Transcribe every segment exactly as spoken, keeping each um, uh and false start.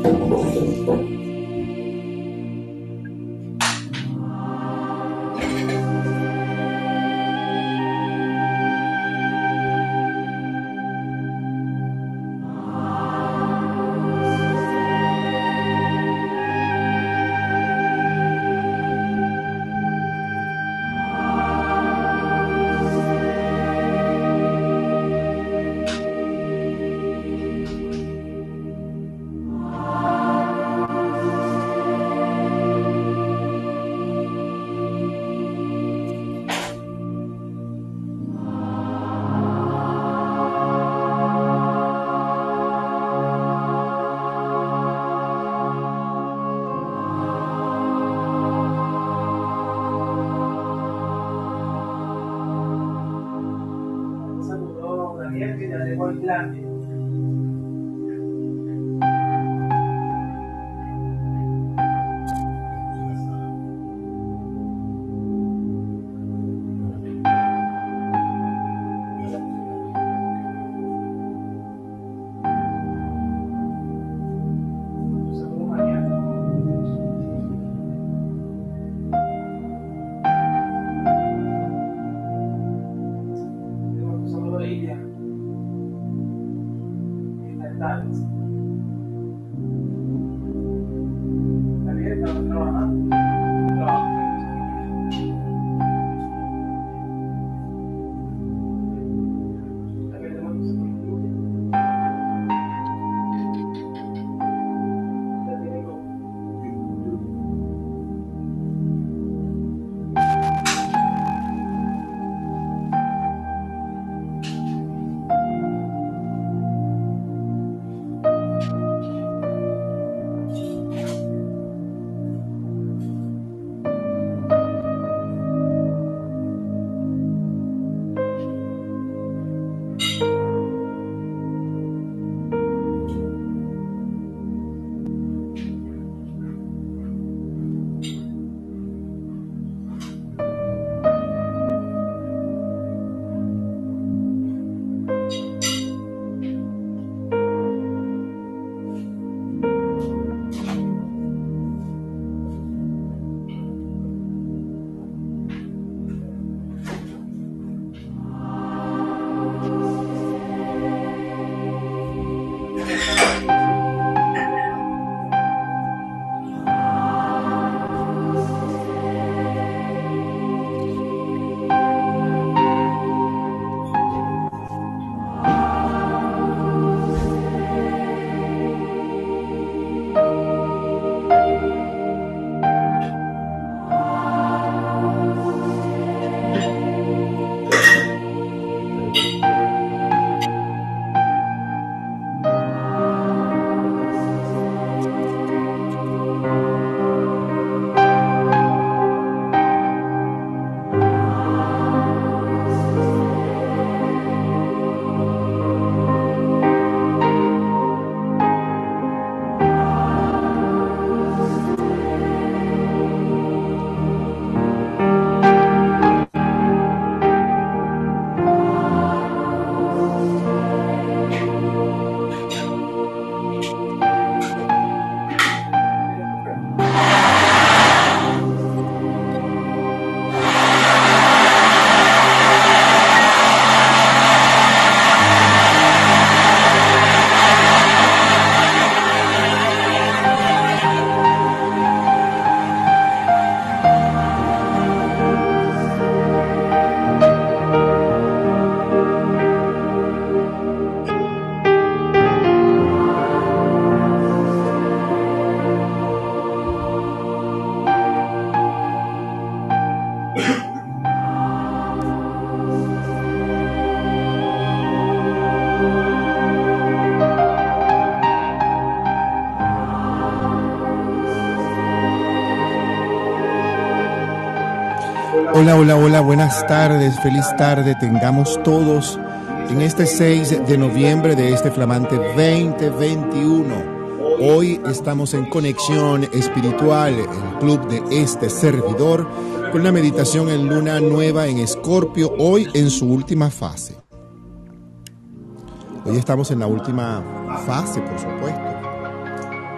Hola, hola, hola, buenas tardes, feliz tarde tengamos todos en este seis de noviembre de este flamante veinte veintiuno. Hoy estamos en Conexión Espiritual, el club de este servidor, con la meditación en luna nueva en Escorpio, hoy en su última fase. Hoy estamos en la última fase, por supuesto.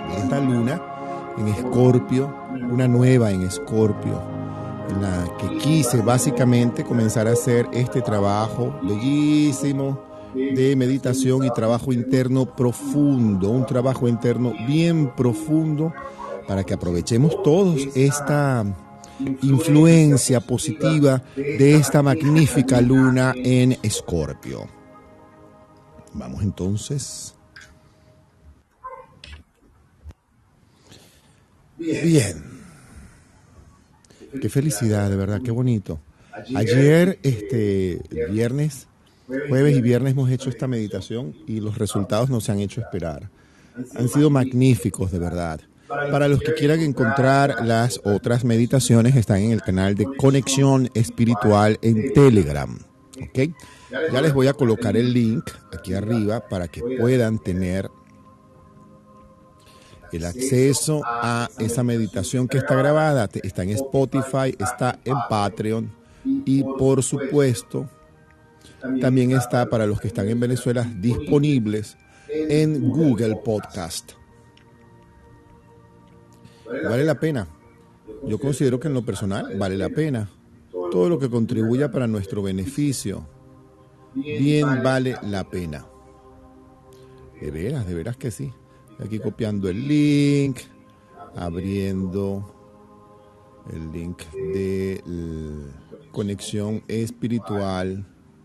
esta luna en Escorpio, una nueva en Escorpio, en la que quise básicamente comenzar a hacer este trabajo bellísimo de meditación y trabajo interno profundo, un trabajo interno bien profundo para que aprovechemos todos esta influencia positiva de esta magnífica luna en Escorpio. Vamos entonces. Bien. Qué felicidad, de verdad, qué bonito. Ayer, este, viernes, jueves y viernes hemos hecho esta meditación y los resultados no se han hecho esperar. Han sido magníficos, de verdad. Para los que quieran encontrar las otras meditaciones, están en el canal de Conexión Espiritual en Telegram. ¿Okay? Ya les voy a colocar el link aquí arriba para que puedan tener el acceso a esa meditación que está grabada. Está en Spotify, está en Patreon y, por supuesto, también está para los que están en Venezuela disponibles en Google Podcast. Vale la pena. Yo considero que en lo personal vale la pena. Todo lo que contribuya para nuestro beneficio, bien vale la pena. De veras, de veras que sí. Aquí copiando el link, abriendo el link de Conexión Espiritual.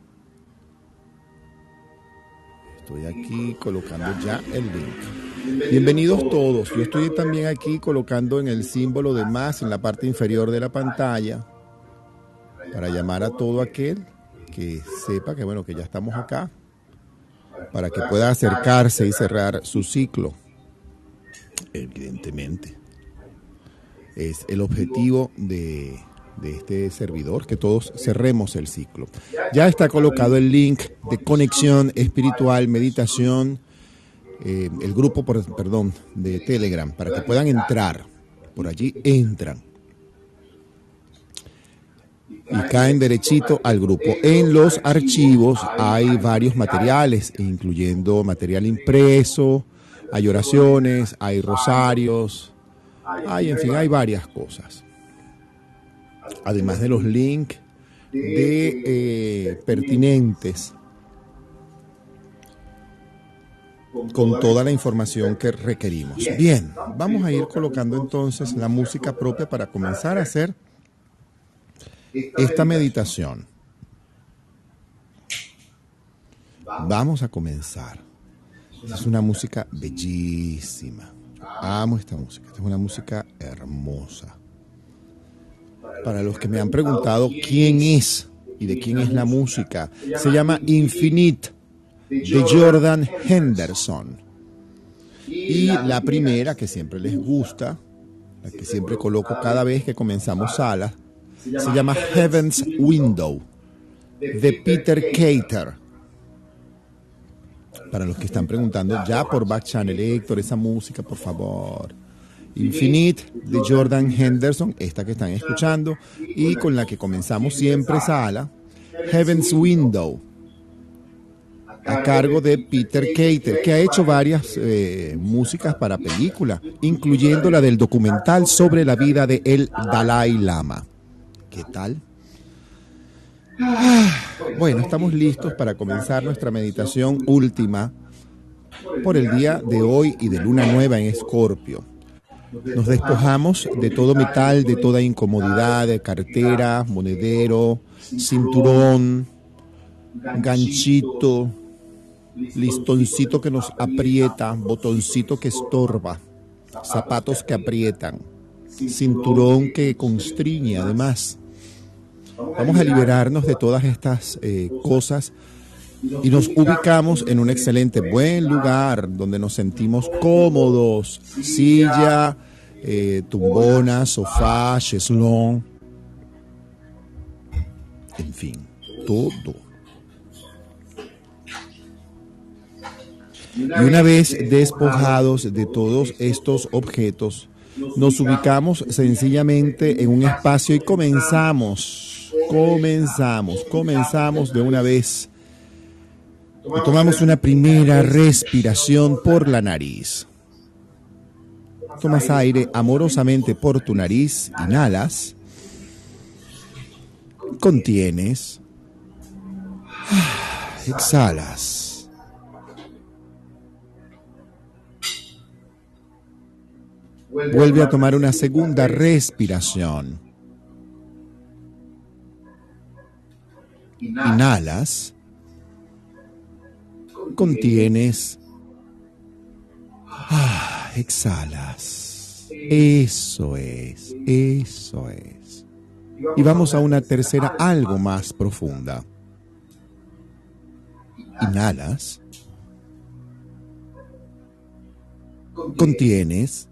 Estoy aquí colocando ya el link. Bienvenidos todos. Yo estoy también aquí colocando en el símbolo de más en la parte inferior de la pantalla para llamar a todo aquel que sepa que bueno que ya estamos acá, para que pueda acercarse y cerrar su ciclo. Evidentemente es el objetivo de, de este servidor, que todos cerremos el ciclo. Ya está colocado el link de Conexión Espiritual, Meditación, eh, el grupo, por, perdón, de Telegram, para que puedan entrar. Por allí entran y caen derechito al grupo. En los archivos hay varios materiales, incluyendo material impreso, hay oraciones, hay rosarios, hay, en fin, hay varias cosas. Además de los links de eh, pertinentes con toda la información que requerimos. Bien, vamos a ir colocando entonces la música propia para comenzar a hacer esta meditación. Vamos a comenzar. Es una música bellísima. Amo esta música. Esta es una música hermosa. Para los que me han preguntado quién es y de quién es la música, se llama Infinite, de Jordan Henderson. Y la primera, que siempre les gusta, la que siempre coloco cada vez que comenzamos salas, se llama Heaven's Window, de Peter Cater. Para los que están preguntando ya por Back Channel, Héctor, esa música, por favor. Infinite, de Jordan Henderson, esta que están escuchando, y con la que comenzamos siempre sala, Heaven's Window, a cargo de Peter Cater, que ha hecho varias eh, músicas para películas, incluyendo la del documental sobre la vida de el Dalai Lama. ¿Qué tal? Ah, bueno, estamos listos para comenzar nuestra meditación última por el día de hoy y de luna nueva en Escorpio. Nos despojamos de todo metal, de toda incomodidad, de cartera, monedero, cinturón, ganchito, listoncito que nos aprieta, botoncito que estorba, zapatos que aprietan, cinturón que constriñe además. Vamos a liberarnos de todas estas eh, cosas y nos ubicamos en un excelente, buen lugar donde nos sentimos cómodos. Silla, eh, tumbona, sofá, cheslón, en fin, todo. Y una vez despojados de todos estos objetos, nos ubicamos sencillamente en un espacio y comenzamos. Comenzamos, comenzamos de una vez. Y tomamos una primera respiración por la nariz. Tomas aire amorosamente por tu nariz, inhalas, contienes, exhalas. Vuelve a tomar una segunda respiración. Inhalas, contienes, ah, exhalas. Eso es, eso es. Y vamos a una tercera, algo más profunda. Inhalas, contienes,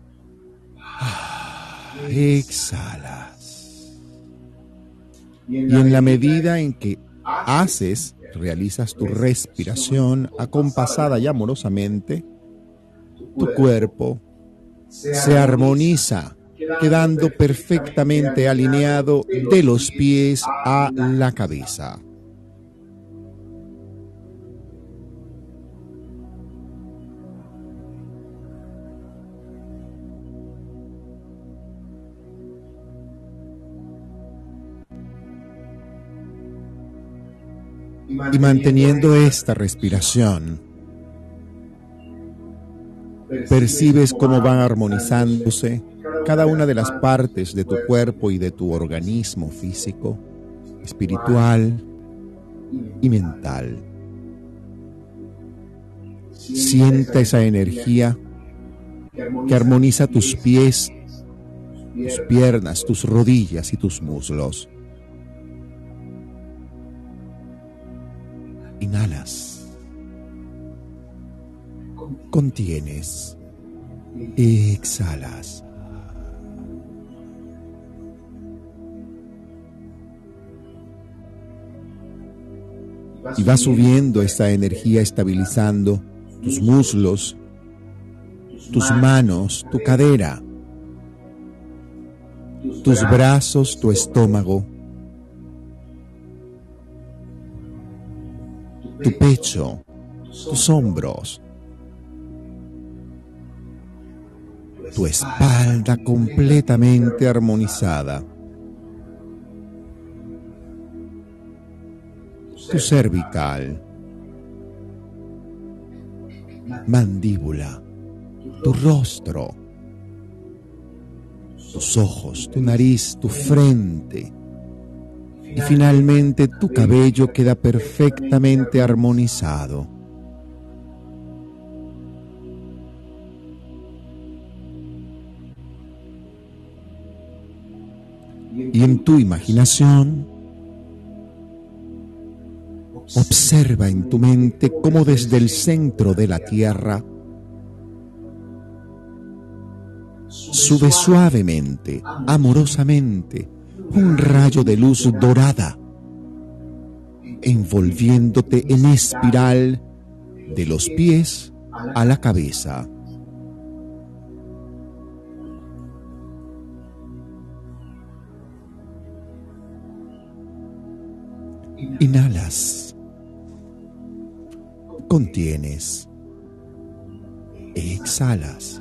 ah, exhalas. Y en la medida en que haces, realizas tu respiración acompasada y amorosamente, tu cuerpo se armoniza, quedando perfectamente alineado de los pies a la cabeza. Y manteniendo esta respiración, percibes cómo van armonizándose cada una de las partes de tu cuerpo y de tu organismo físico, espiritual y mental. Sienta esa energía que armoniza tus pies, tus piernas, tus rodillas y tus muslos. Inhalas, contienes, exhalas. Y va subiendo esta energía, estabilizando tus muslos, tus manos, tu cadera, tus brazos, tu estómago, tu pecho, tus hombros, tu espalda completamente armonizada, tu cervical, mandíbula, tu rostro, tus ojos, tu nariz, tu frente. Y finalmente tu cabello queda perfectamente armonizado. Y en tu imaginación, observa en tu mente cómo desde el centro de la tierra sube suavemente, amorosamente, un rayo de luz dorada, envolviéndote en espiral de los pies a la cabeza. Inhalas, contienes, exhalas.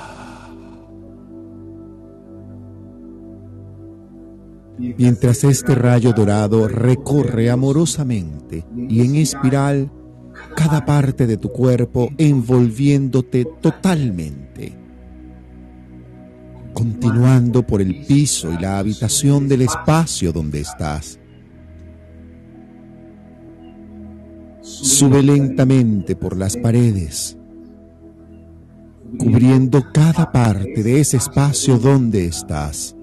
Mientras este rayo dorado recorre amorosamente y en espiral cada parte de tu cuerpo, envolviéndote totalmente, continuando por el piso y la habitación del espacio donde estás. Sube lentamente por las paredes, cubriendo cada parte de ese espacio donde estás.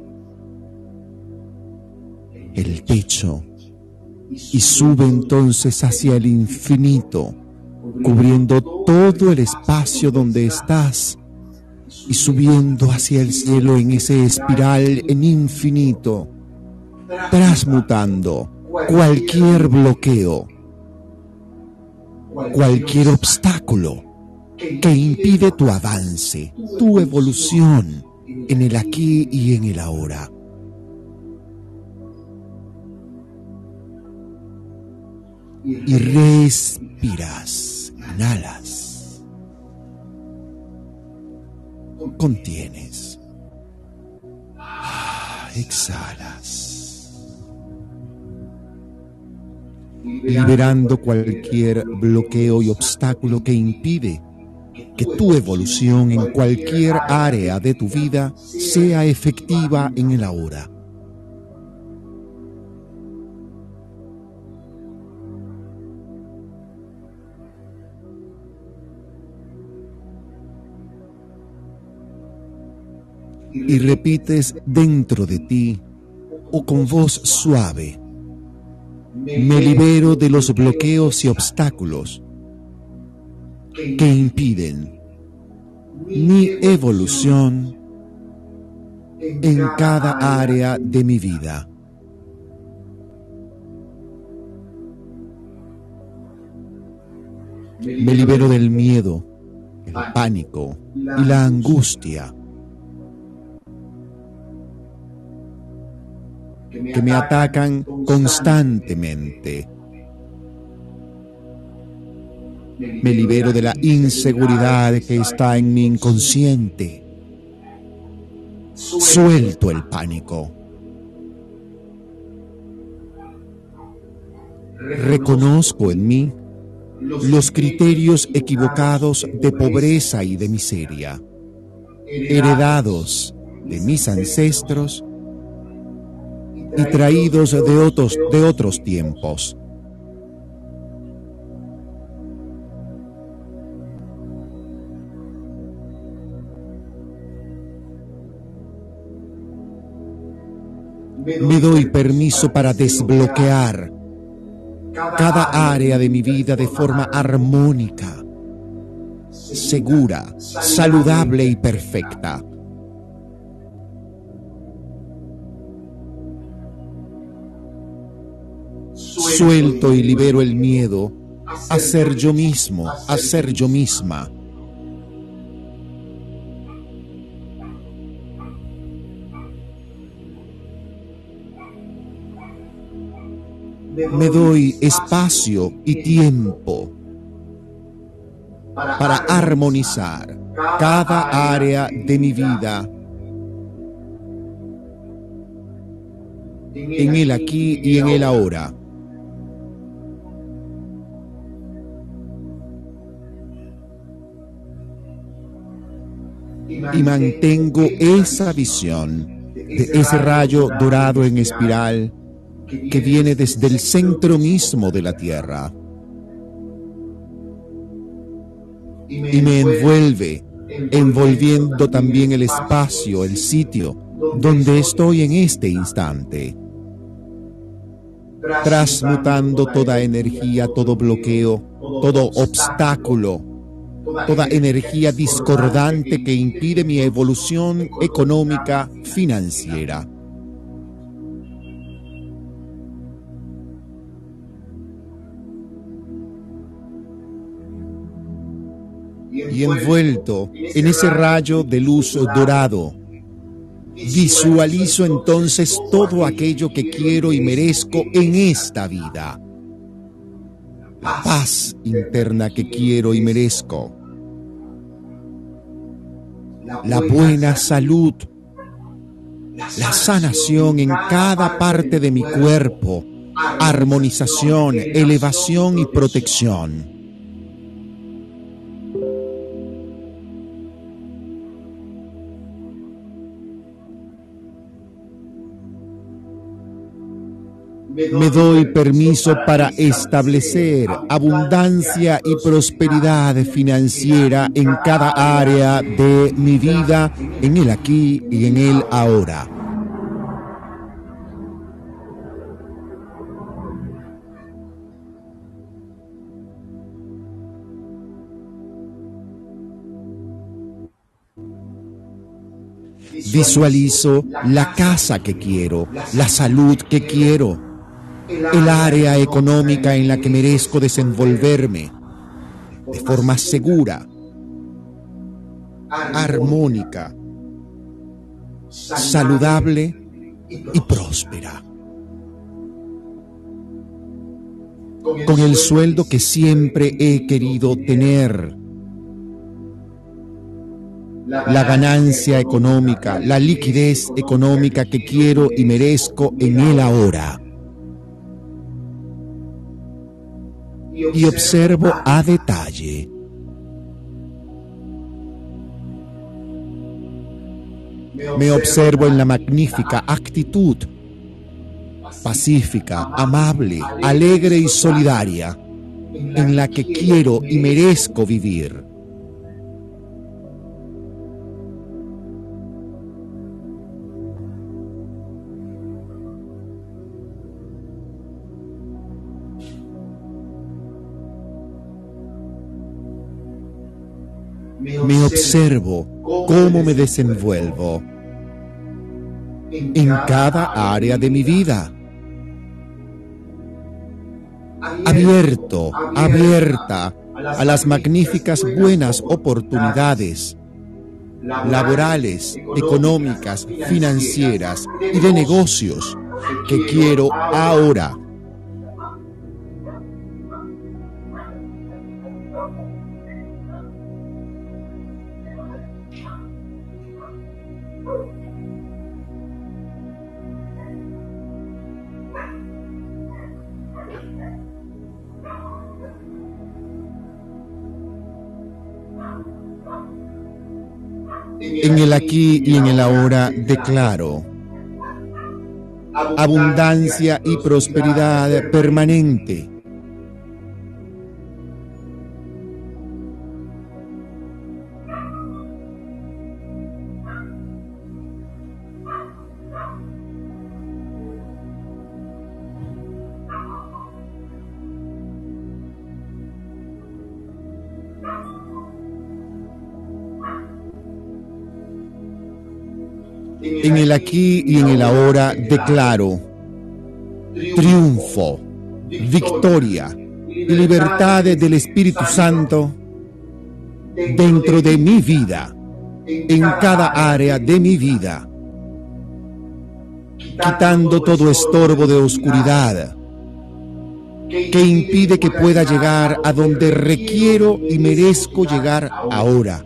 El techo, y sube entonces hacia el infinito, cubriendo todo el espacio donde estás y subiendo hacia el cielo en ese espiral en infinito, transmutando cualquier bloqueo, cualquier obstáculo que impide tu avance, tu evolución en el aquí y en el ahora. Y respiras, inhalas, contienes. Exhalas. Liberando cualquier bloqueo y obstáculo que impide que tu evolución en cualquier área de tu vida sea efectiva en el ahora. Y repites dentro de ti o con voz suave: me libero de los bloqueos y obstáculos que impiden mi evolución en cada área de mi vida. Me libero del miedo, el pánico y la angustia que me atacan constantemente. Me libero de la inseguridad que está en mi inconsciente. Suelto el pánico. Reconozco en mí los criterios equivocados de pobreza y de miseria, heredados de mis ancestros y traídos de otros, de otros tiempos. Me doy permiso para desbloquear cada área de mi vida de forma armónica, segura, saludable y perfecta. Suelto y libero el miedo a ser yo mismo, a ser yo misma. Me doy espacio y tiempo para armonizar cada área de mi vida en el aquí y en el ahora. Y mantengo esa visión de ese rayo dorado en espiral que viene desde el centro mismo de la Tierra y me envuelve, envolviendo también el espacio, el sitio donde estoy en este instante, transmutando toda energía, todo bloqueo, todo obstáculo, toda energía discordante que impide mi evolución económica, financiera. Y envuelto en ese rayo de luz dorado, visualizo entonces todo aquello que quiero y merezco en esta vida. La paz interna que quiero y merezco. La buena salud. La sanación en cada parte de mi cuerpo. Armonización, elevación y protección. Me doy permiso para establecer abundancia y prosperidad financiera en cada área de mi vida, en el aquí y en el ahora. Visualizo la casa que quiero, la salud que quiero, el área económica en la que merezco desenvolverme de forma segura, armónica, saludable y próspera. Con el sueldo que siempre he querido tener, la ganancia económica, la liquidez económica que quiero y merezco en el ahora. Y observo a detalle. Me observo en la magnífica actitud pacífica, amable, alegre y solidaria en la que quiero y merezco vivir. Me observo cómo me desenvuelvo en cada área de mi vida. Abierto, abierta a las magníficas buenas oportunidades laborales, económicas, financieras y de negocios que quiero ahora. En el aquí y en el ahora declaro abundancia y prosperidad permanente. En el aquí y en el ahora declaro triunfo, victoria y libertad del Espíritu Santo dentro de mi vida, en cada área de mi vida, quitando todo estorbo de oscuridad que impide que pueda llegar a donde requiero y merezco llegar ahora.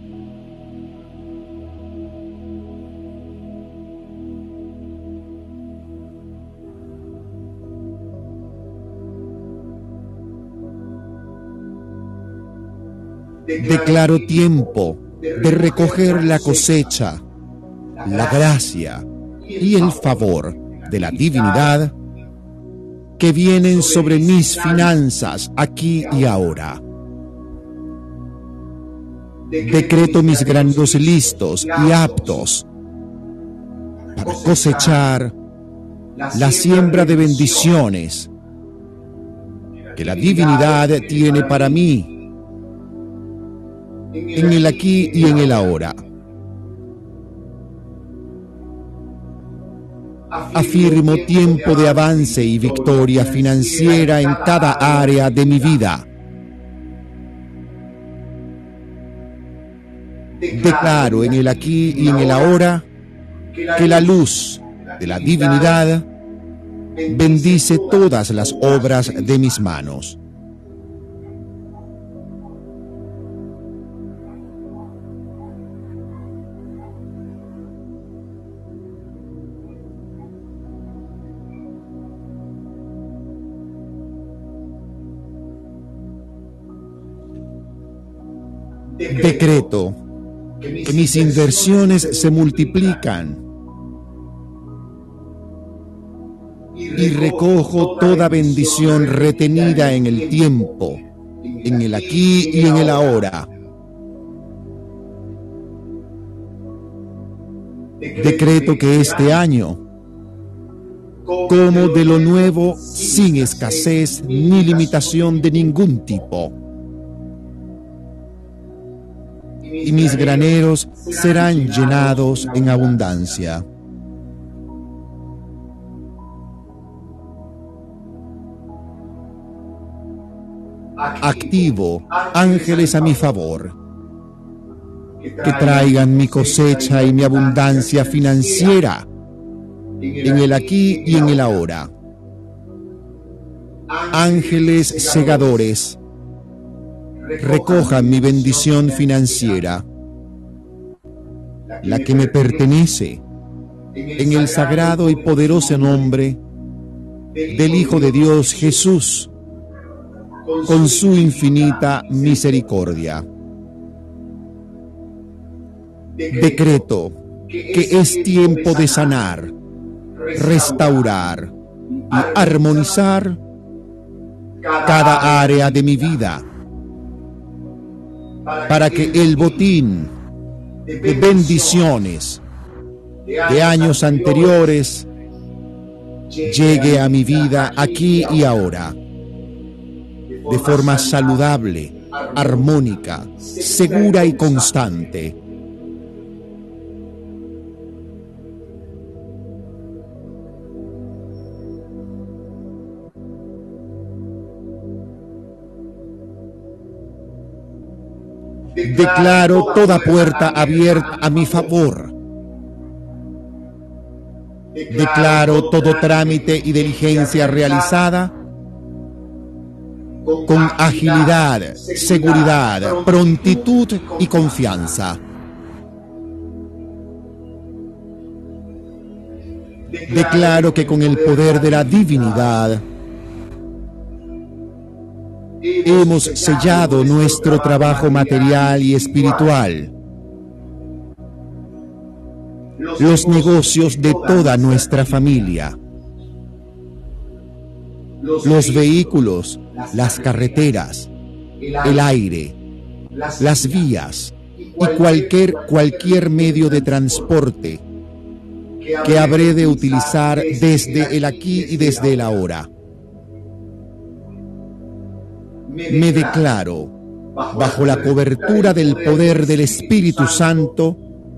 Declaro tiempo de recoger la cosecha, la gracia y el favor de la divinidad que vienen sobre mis finanzas aquí y ahora. Decreto mis granos listos y aptos para cosechar la siembra de bendiciones que la divinidad tiene para mí en el aquí y en el ahora. Afirmo tiempo de avance y victoria financiera en cada área de mi vida. Declaro en el aquí y en el ahora que la luz de la divinidad bendice todas las obras de mis manos. Decreto que mis inversiones se multiplican y recojo toda bendición retenida en el tiempo, en el aquí y en el ahora. Decreto que este año como de lo nuevo sin escasez ni limitación de ningún tipo. Y mis graneros serán llenados en abundancia. Activo ángeles a mi favor, que traigan mi cosecha y mi abundancia financiera en el aquí y en el ahora. Ángeles segadores, recojan mi bendición financiera la que me pertenece, en el sagrado y poderoso nombre del Hijo de Dios Jesús, con su infinita misericordia. Decreto que es tiempo de sanar, restaurar y armonizar cada área de mi vida, para que el botín de bendiciones de años anteriores llegue a mi vida aquí y ahora, de forma saludable, armónica, segura y constante. Declaro toda puerta abierta a mi favor. Declaro todo trámite y diligencia realizada con agilidad, seguridad, prontitud y confianza. Declaro que con el poder de la divinidad hemos sellado nuestro trabajo material y espiritual, los negocios de toda nuestra familia, los vehículos, las carreteras, el aire, las vías y cualquier, cualquier medio de transporte que habré de utilizar desde el aquí y desde el ahora. Me declaro bajo la cobertura del poder del Espíritu Santo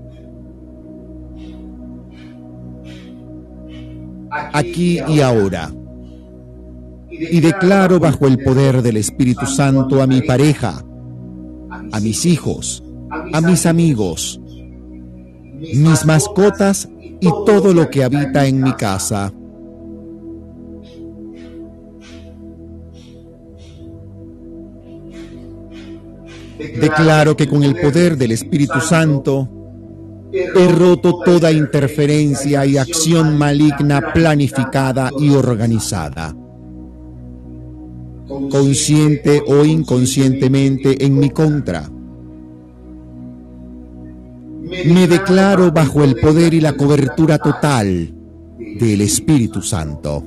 aquí y ahora. Y declaro bajo el poder del Espíritu Santo a mi pareja, a mis hijos, a mis amigos, mis mascotas y todo lo que habita en mi casa. Declaro que con el poder del Espíritu Santo he roto toda interferencia y acción maligna planificada y organizada, consciente o inconscientemente en mi contra. Me declaro bajo el poder y la cobertura total del Espíritu Santo.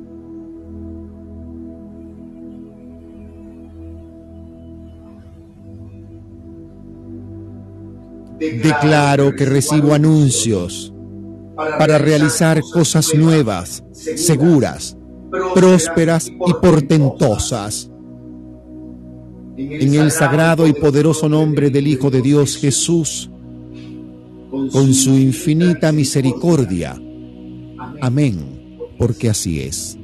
Declaro que recibo anuncios para realizar cosas nuevas, seguras, prósperas y portentosas. En el sagrado y poderoso nombre del Hijo de Dios Jesús, con su infinita misericordia. Amén, porque así es.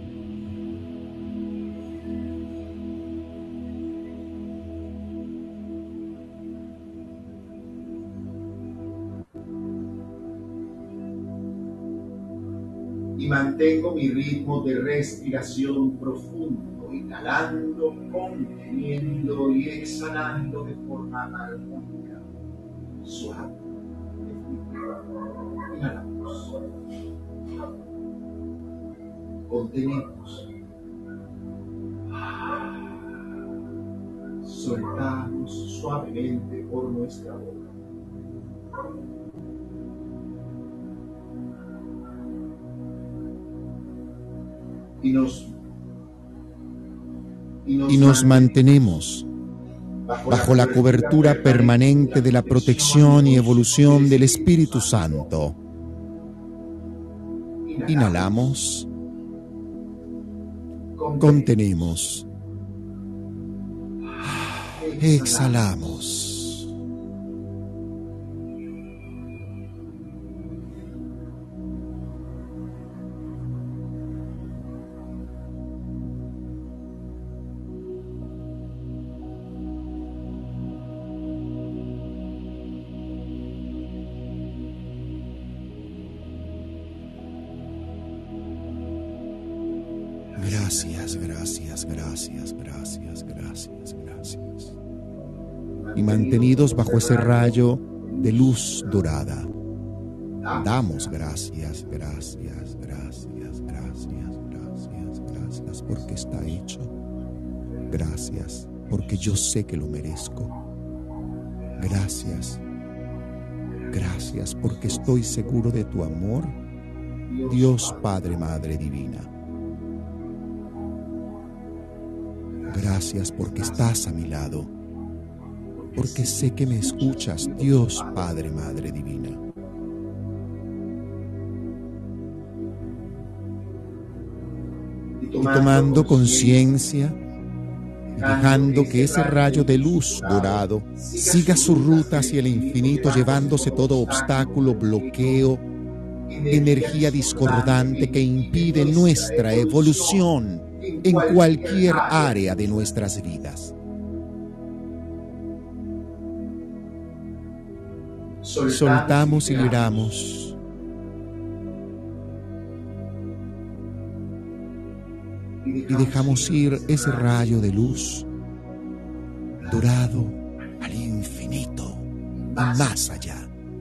Y mantengo mi ritmo de respiración profundo, inhalando, conteniendo y exhalando de forma armónica, suave. Inhalamos, contenemos, soltamos suavemente por nuestra boca. Y nos, y nos, y nos mantenemos bajo la cobertura permanente de la protección y evolución del Espíritu Santo. Inhalamos, contenemos, exhalamos. Gracias, gracias, gracias, gracias, gracias, gracias. Y mantenidos bajo ese rayo de luz dorada. Damos gracias, gracias, gracias, gracias, gracias, gracias, porque está hecho. Gracias, porque yo sé que lo merezco. Gracias, gracias, porque estoy seguro de tu amor, Dios Padre, Madre Divina. Gracias porque estás a mi lado, porque sé que me escuchas, Dios Padre, Madre Divina. Y tomando conciencia, dejando que ese rayo de luz dorado siga su ruta hacia el infinito, llevándose todo obstáculo, bloqueo, energía discordante que impide nuestra evolución en cualquier área de nuestras vidas. Soltamos y liberamos. Y dejamos ir ese rayo de luz dorado al infinito y más allá.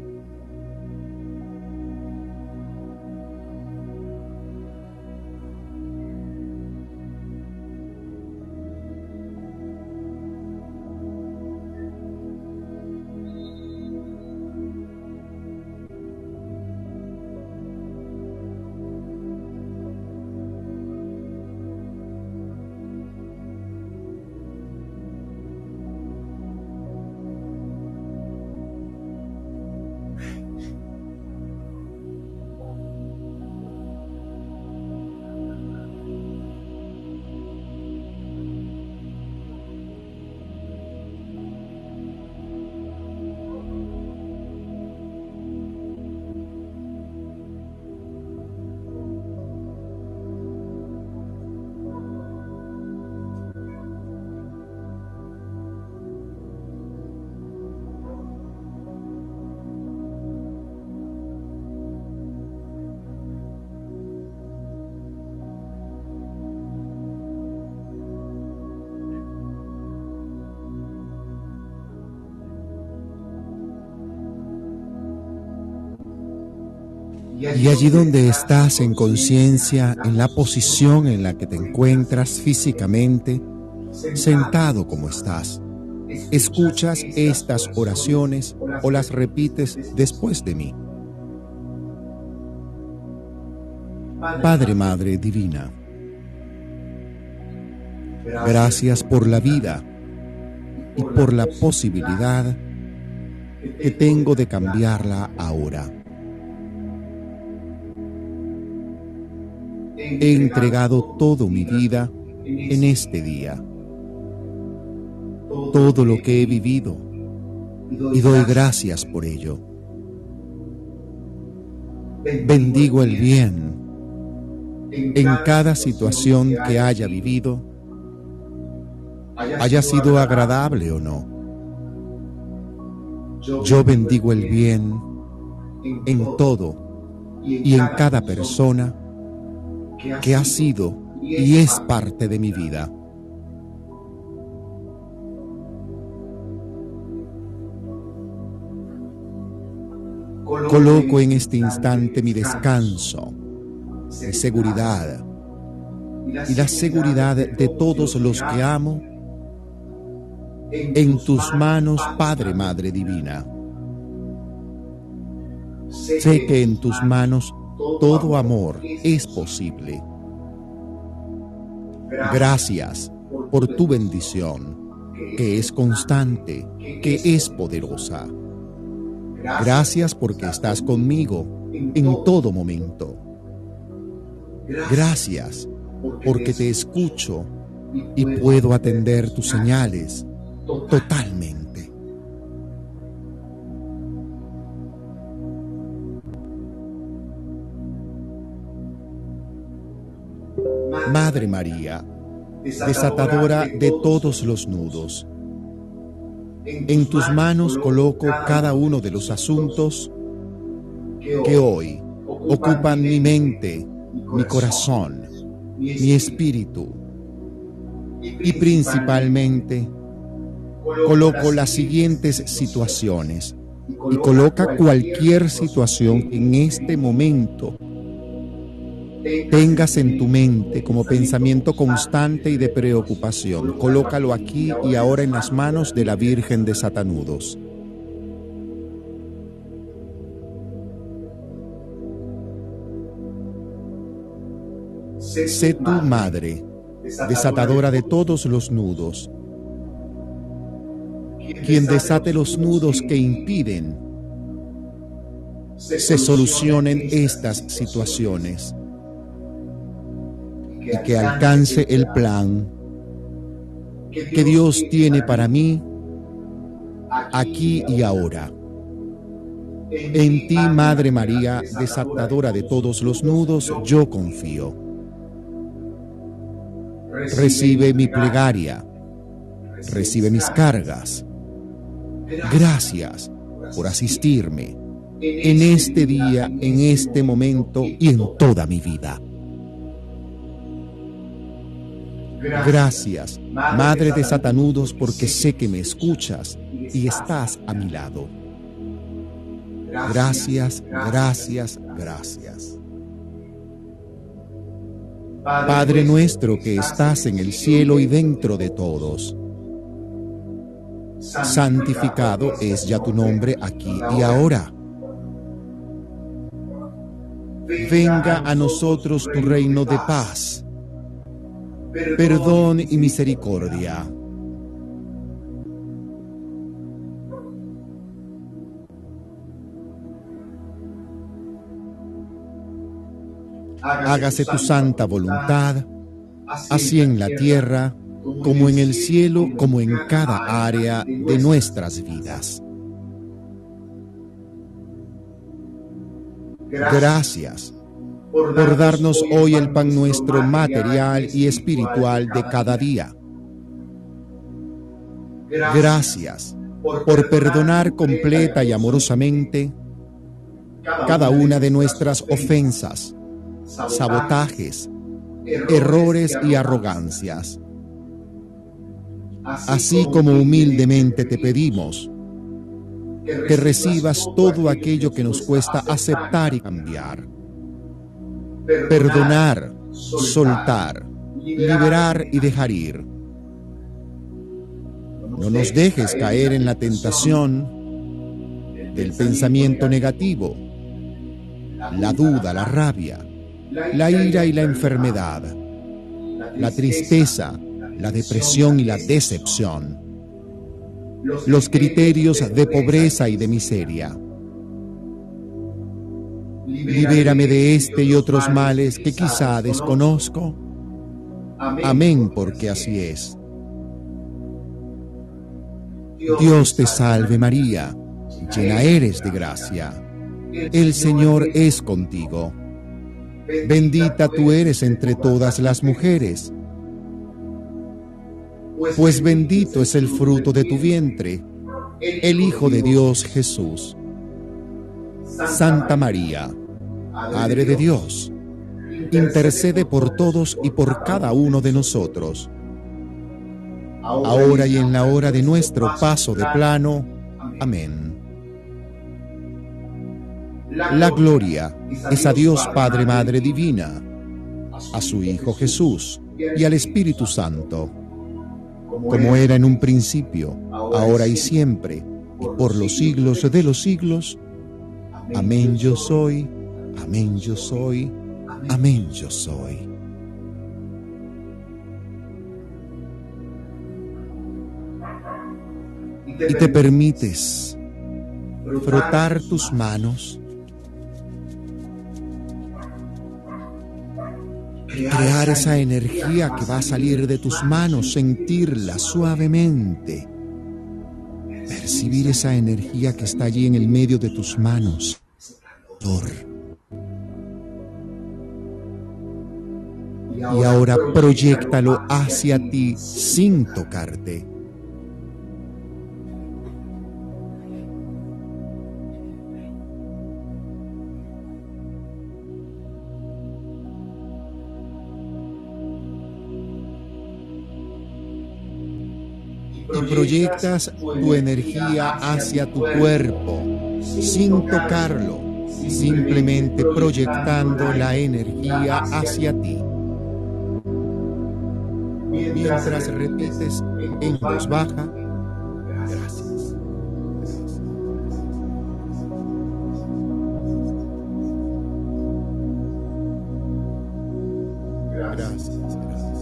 Y allí donde estás en conciencia, en la posición en la que te encuentras físicamente, sentado como estás, escuchas estas oraciones o las repites después de mí. Padre, Madre Divina, gracias por la vida y por la posibilidad que tengo de cambiarla ahora. He entregado toda mi vida en este día, todo lo que he vivido, y doy gracias por ello. Bendigo el bien en cada situación que haya vivido, haya sido agradable o no. Yo bendigo el bien en todo y en cada persona que ha sido y es parte de mi vida. Coloco en este instante mi descanso, mi seguridad y la seguridad de todos los que amo en tus manos, Padre, Madre Divina. Sé que en tus manos todo amor es posible. Gracias por tu bendición, que es constante, que es poderosa. Gracias porque estás conmigo en todo momento. Gracias porque te escucho y puedo atender tus señales totalmente. Madre María, desatadora de todos los nudos, en tus manos coloco cada uno de los asuntos que hoy ocupan mi mente, mi corazón, mi espíritu, y principalmente coloco las siguientes situaciones y coloca cualquier situación que en este momento tengas en tu mente como pensamiento constante y de preocupación. Colócalo aquí y ahora en las manos de la Virgen de Satanudos. Sé tu madre, desatadora de todos los nudos, quien desate los nudos que impiden se solucionen estas situaciones y que alcance el plan que Dios tiene para mí aquí y ahora. En ti, Madre María, desatadora de todos los nudos, yo confío. Recibe mi plegaria, recibe mis cargas. Gracias por asistirme en este día, en este momento y en toda mi vida. Gracias, Madre de Satanudos, porque sé que me escuchas y estás a mi lado. Gracias, gracias, gracias. Padre nuestro que estás en el cielo y dentro de todos, santificado es ya tu nombre aquí y ahora. Venga a nosotros tu reino de paz, perdón y misericordia. Hágase tu santa voluntad, así en la tierra, como en el cielo, como en cada área de nuestras vidas. Gracias por darnos hoy el pan nuestro material y espiritual de cada día. Gracias por perdonar completa y amorosamente cada una de nuestras ofensas, sabotajes, errores y arrogancias. Así como humildemente te pedimos que recibas todo aquello que nos cuesta aceptar y cambiar, perdonar, soltar, liberar y dejar ir. No nos dejes caer en la tentación del pensamiento negativo, la duda, la rabia, la ira y la enfermedad, la tristeza, la depresión y la decepción, los criterios de pobreza y de miseria. Libérame de este y otros males que quizá desconozco. Amén, porque así es. Dios te salve María, llena eres de gracia. El Señor es contigo. Bendita tú eres entre todas las mujeres, pues bendito es el fruto de tu vientre, el Hijo de Dios Jesús. Santa María, Madre de Dios, intercede por todos y por cada uno de nosotros, ahora y en la hora de nuestro paso de plano. Amén. La gloria es a Dios Padre, Madre Divina, a su Hijo Jesús y al Espíritu Santo, como era en un principio, ahora y siempre, y por los siglos de los siglos. Amén yo soy, amén yo soy, amén yo soy. Y te permites frotar tus manos, crear esa energía que va a salir de tus manos, sentirla suavemente, percibir esa energía que está allí en el medio de tus manos. Y ahora proyéctalo hacia ti sin tocarte. Y proyectas tu energía hacia tu cuerpo, sin tocarlo, simplemente proyectando la energía hacia ti. Mientras repites en voz baja, gracias. Gracias, gracias.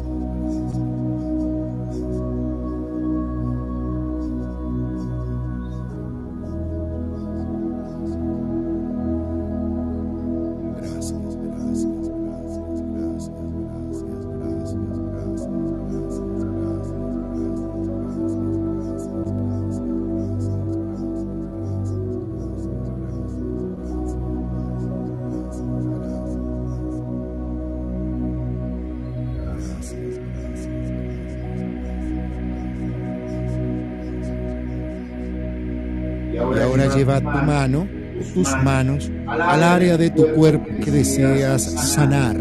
Y ahora lleva tu mano, tus manos, al área de tu cuerpo que deseas sanar.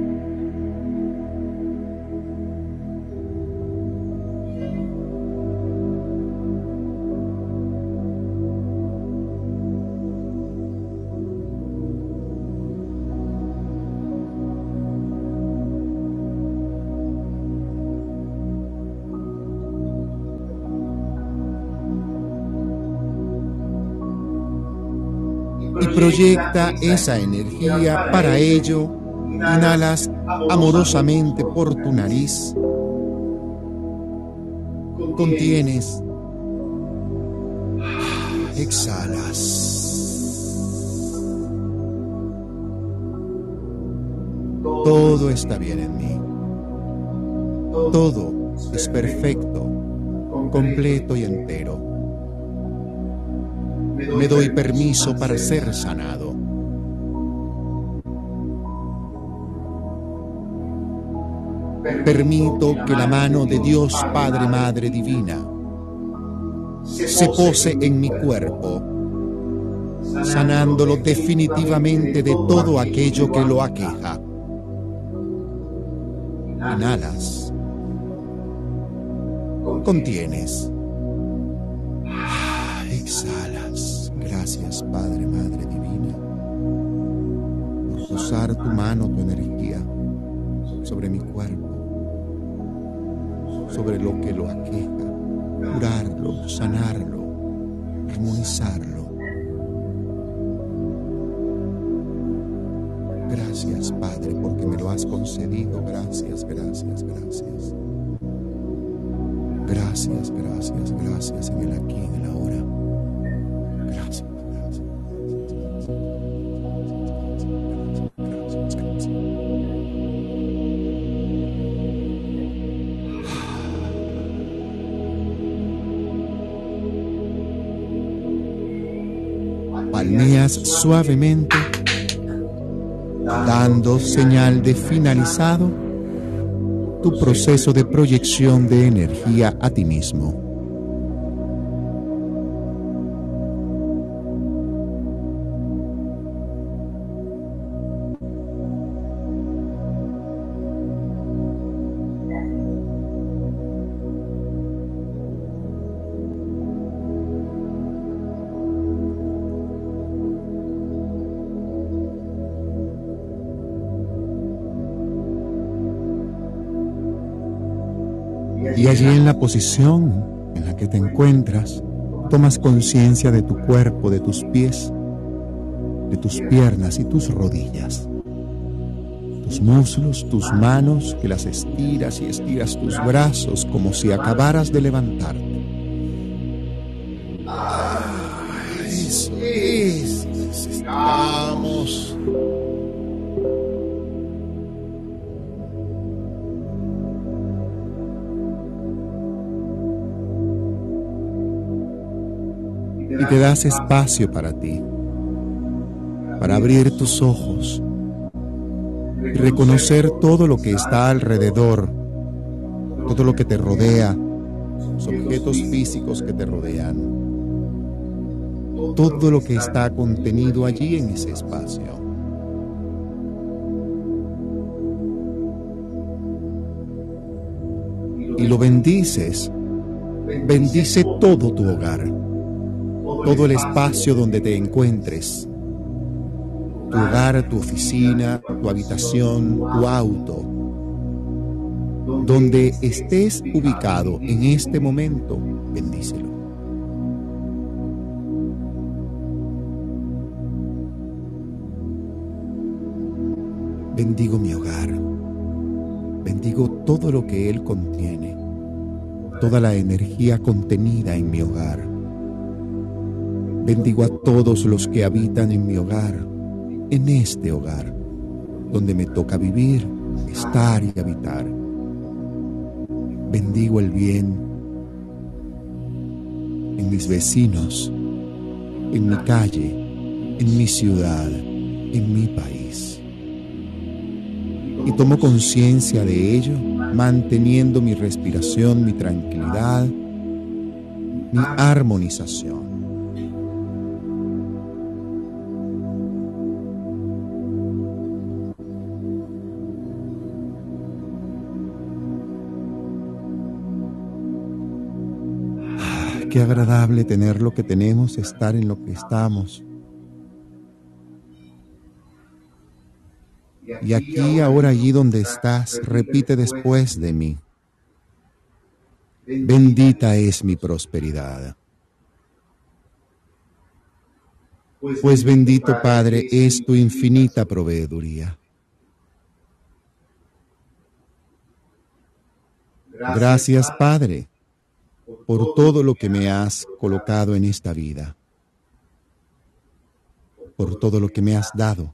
Y proyecta esa energía. Para ello, inhalas amorosamente por tu nariz. Contienes. Exhalas. Todo está bien en mí. Todo es perfecto, completo y entero. Me doy permiso para ser sanado. Permito que la mano de Dios Padre, Madre Divina se pose en mi cuerpo, sanándolo definitivamente de todo aquello que lo aqueja. Inhalas. Contienes. Exhalas. Gracias, Padre, Madre Divina, por posar tu mano, tu energía sobre mi cuerpo, sobre lo que lo aqueja, curarlo, sanarlo, armonizarlo. Gracias, Padre, porque me lo has concedido. Gracias, gracias, gracias. Gracias, gracias, gracias en el aquí y en el ahora. Gracias, gracias. Gracias, gracias. Palmeas suavemente, dando señal de finalizado tu proceso de proyección de energía a ti mismo. Y allí, en la posición en la que te encuentras, tomas conciencia de tu cuerpo, de tus pies, de tus piernas y tus rodillas, tus muslos, tus manos, que las estiras y estiras tus brazos como si acabaras de levantarte. Ah, eso es, necesitamos. Y te das espacio para ti, para abrir tus ojos y reconocer todo lo que está alrededor, todo lo que te rodea, los objetos físicos que te rodean, todo lo que está contenido allí en ese espacio. Y lo bendices. Bendice todo tu hogar, todo el espacio donde te encuentres, tu hogar, tu oficina, tu habitación, tu auto, donde estés ubicado en este momento, bendícelo. Bendigo mi hogar, bendigo todo lo que él contiene, toda la energía contenida en mi hogar. Bendigo a todos los que habitan en mi hogar, en este hogar, donde me toca vivir, estar y habitar. Bendigo el bien en mis vecinos, en mi calle, en mi ciudad, en mi país. Y tomo conciencia de ello, manteniendo mi respiración, mi tranquilidad, mi armonización. Qué agradable tener lo que tenemos, estar en lo que estamos. Y aquí, ahora, allí donde estás, repite después de mí. Bendita es mi prosperidad. Pues bendito, Padre, es tu infinita proveeduría. Gracias, Padre, por todo lo que me has colocado en esta vida, por todo lo que me has dado,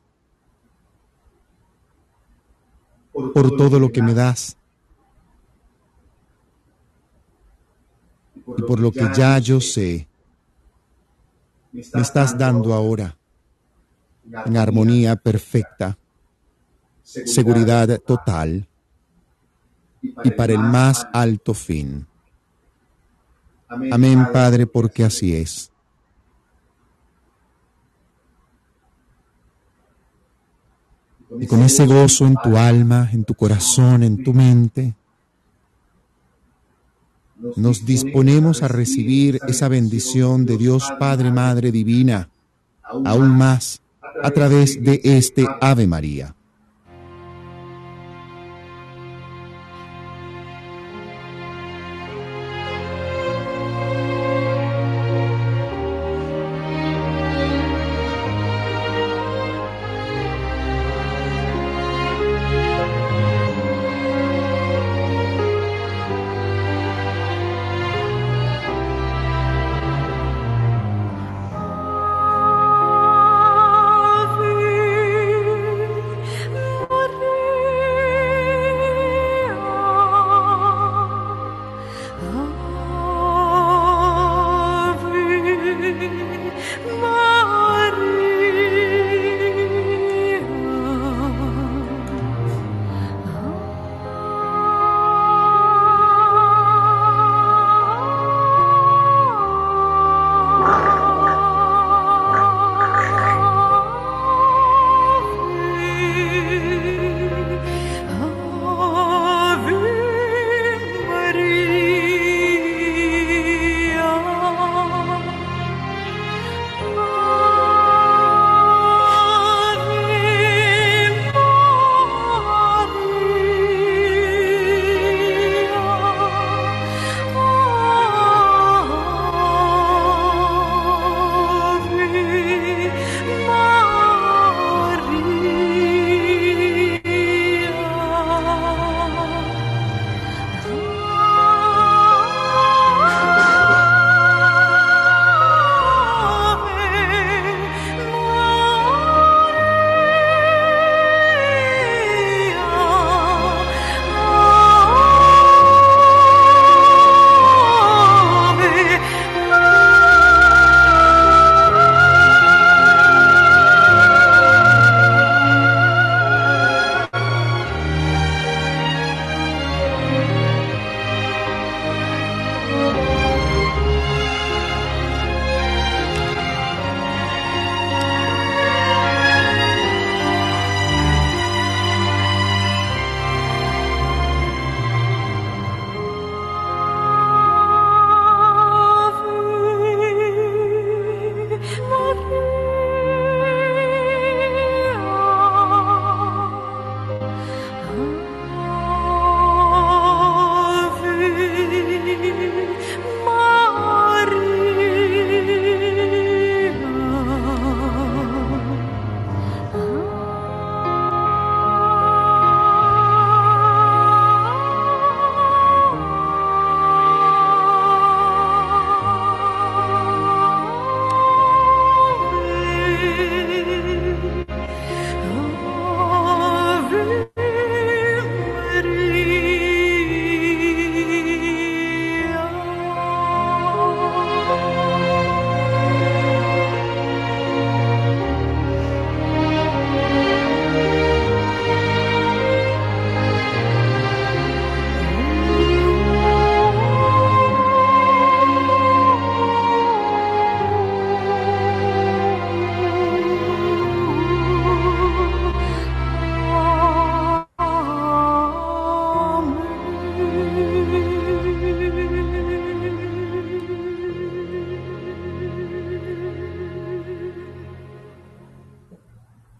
por todo lo que me das y por lo que ya yo sé me estás dando ahora, en armonía perfecta, seguridad total y para el más alto fin. Amén, Padre, porque así es. Y con ese gozo en tu alma, en tu corazón, en tu mente, nos disponemos a recibir esa bendición de Dios Padre, Madre Divina, aún más a través de este Ave María.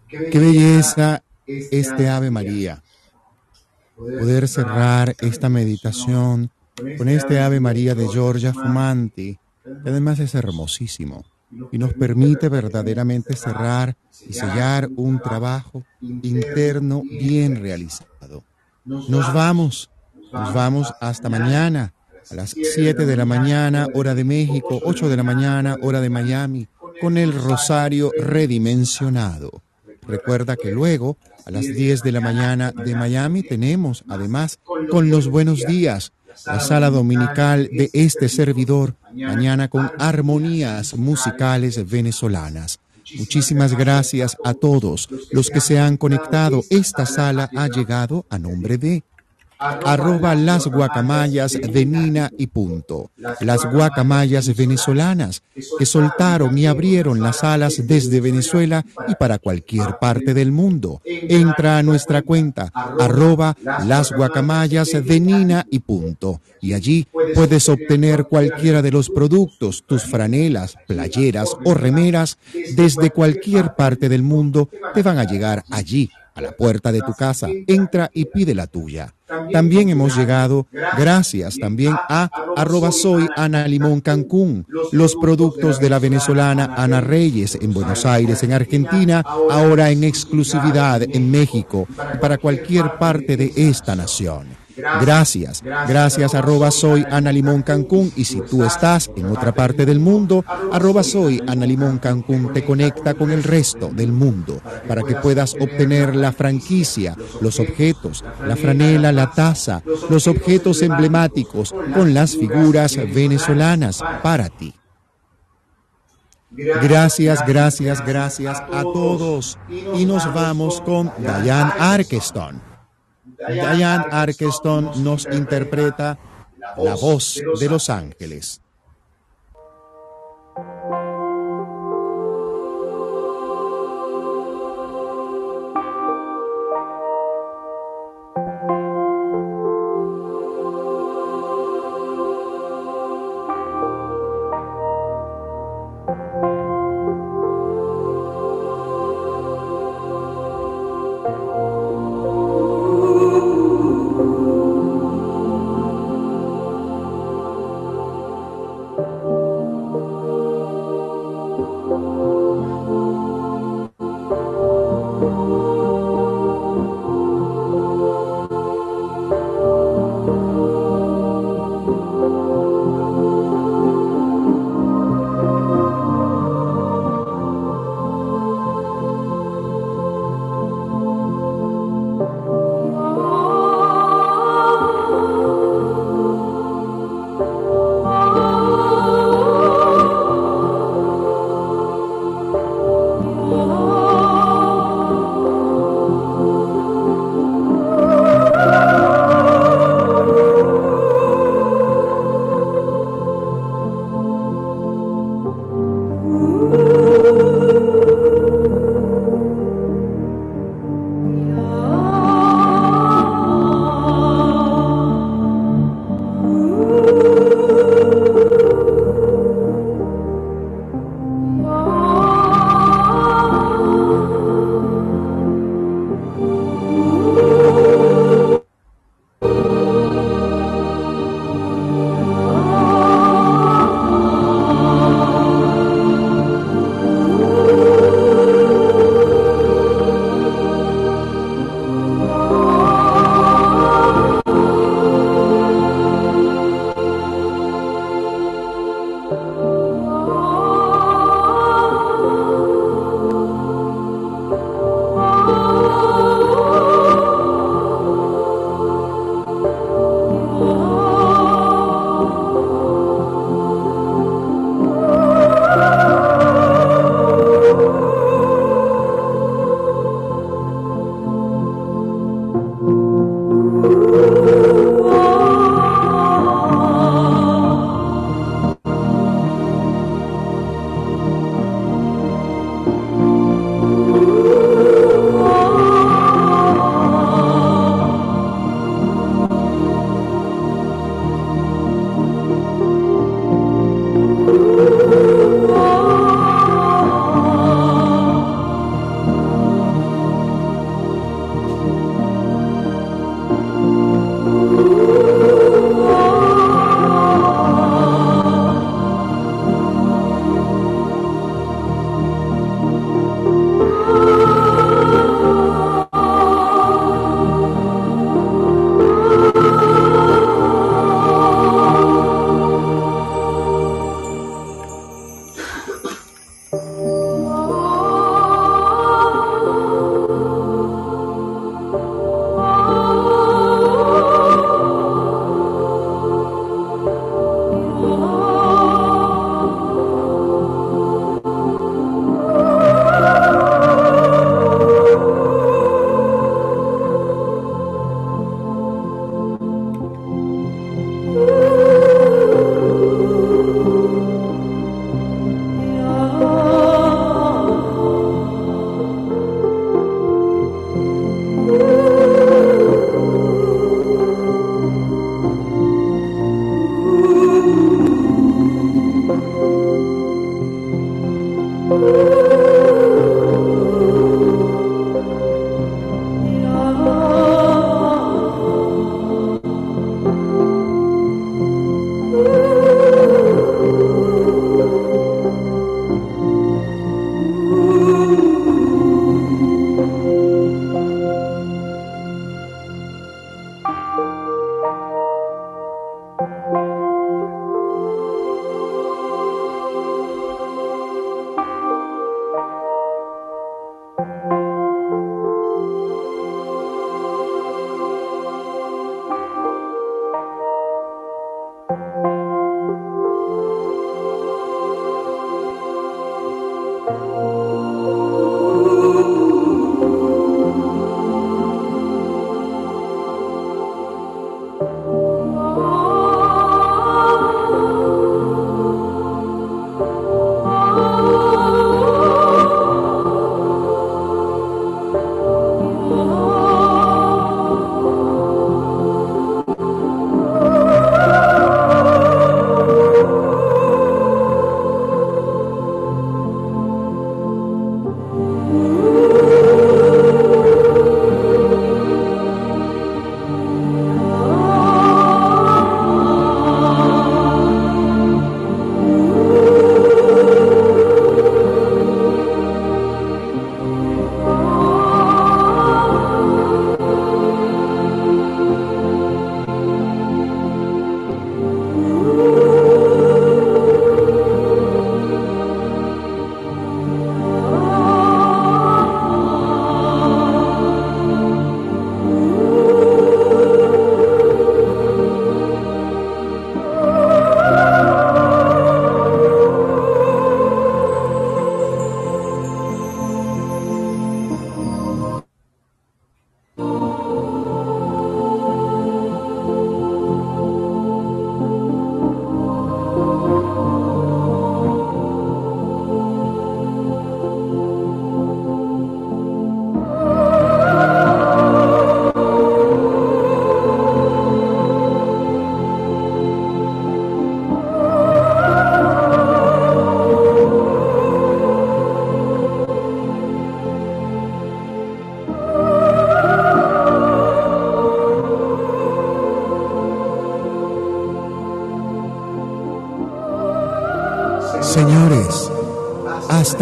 Qué belleza este Ave María. Poder cerrar esta meditación con este Ave María de Giorgia Fumanti, que además es hermosísimo y nos permite verdaderamente cerrar y sellar un trabajo interno bien realizado. Nos vamos, nos vamos hasta mañana a las siete de la mañana, hora de México, ocho de la mañana, hora de Miami, con el rosario redimensionado. Recuerda que luego, a las diez de la mañana de Miami, tenemos, además, con los buenos días, la sala dominical de este servidor, mañana con armonías musicales venezolanas. Muchísimas gracias a todos los que se han conectado. Esta sala ha llegado a nombre de arroba las guacamayas de Nina y punto. Las guacamayas venezolanas que soltaron y abrieron las alas desde Venezuela y para cualquier parte del mundo. Entra a nuestra cuenta arroba las guacamayas de Nina y punto. Y allí puedes obtener cualquiera de los productos, tus franelas, playeras o remeras desde cualquier parte del mundo te van a llegar allí, a la puerta de tu casa. Entra y pide la tuya. También hemos llegado, gracias también a arroba soy Ana Limón Cancún, los productos de la venezolana Ana Reyes en Buenos Aires, en Argentina, ahora en exclusividad en México y para cualquier parte de esta nación. Gracias, gracias arroba soy Ana Limón Cancún, y si tú estás en otra parte del mundo, arroba soy Ana Limón Cancún te conecta con el resto del mundo para que puedas obtener la franquicia, los objetos, la franela, la taza, los objetos emblemáticos con las figuras venezolanas para ti. Gracias, gracias, gracias a todos y nos vamos con Diane Arkenstone. Diane Arkenstone nos interpreta La voz de los ángeles.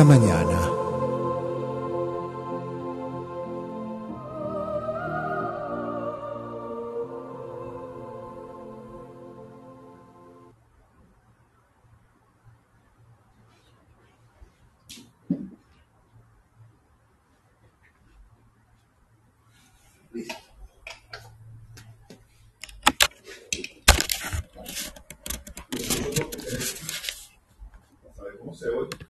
esta mañana.